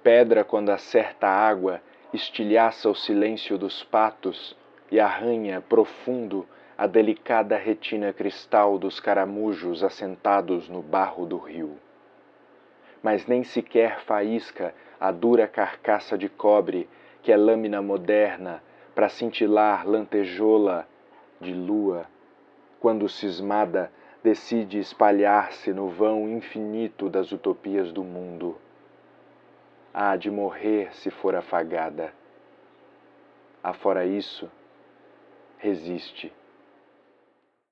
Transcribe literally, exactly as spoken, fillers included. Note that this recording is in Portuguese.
pedra, quando acerta a água, estilhaça o silêncio dos patos e arranha profundo a delicada retina cristal dos caramujos assentados no barro do rio. Mas nem sequer faísca a dura carcaça de cobre que é lâmina moderna para cintilar lantejola de lua, quando cismada decide espalhar-se no vão infinito das utopias do mundo. Há de morrer se for afagada. Afora isso, resiste.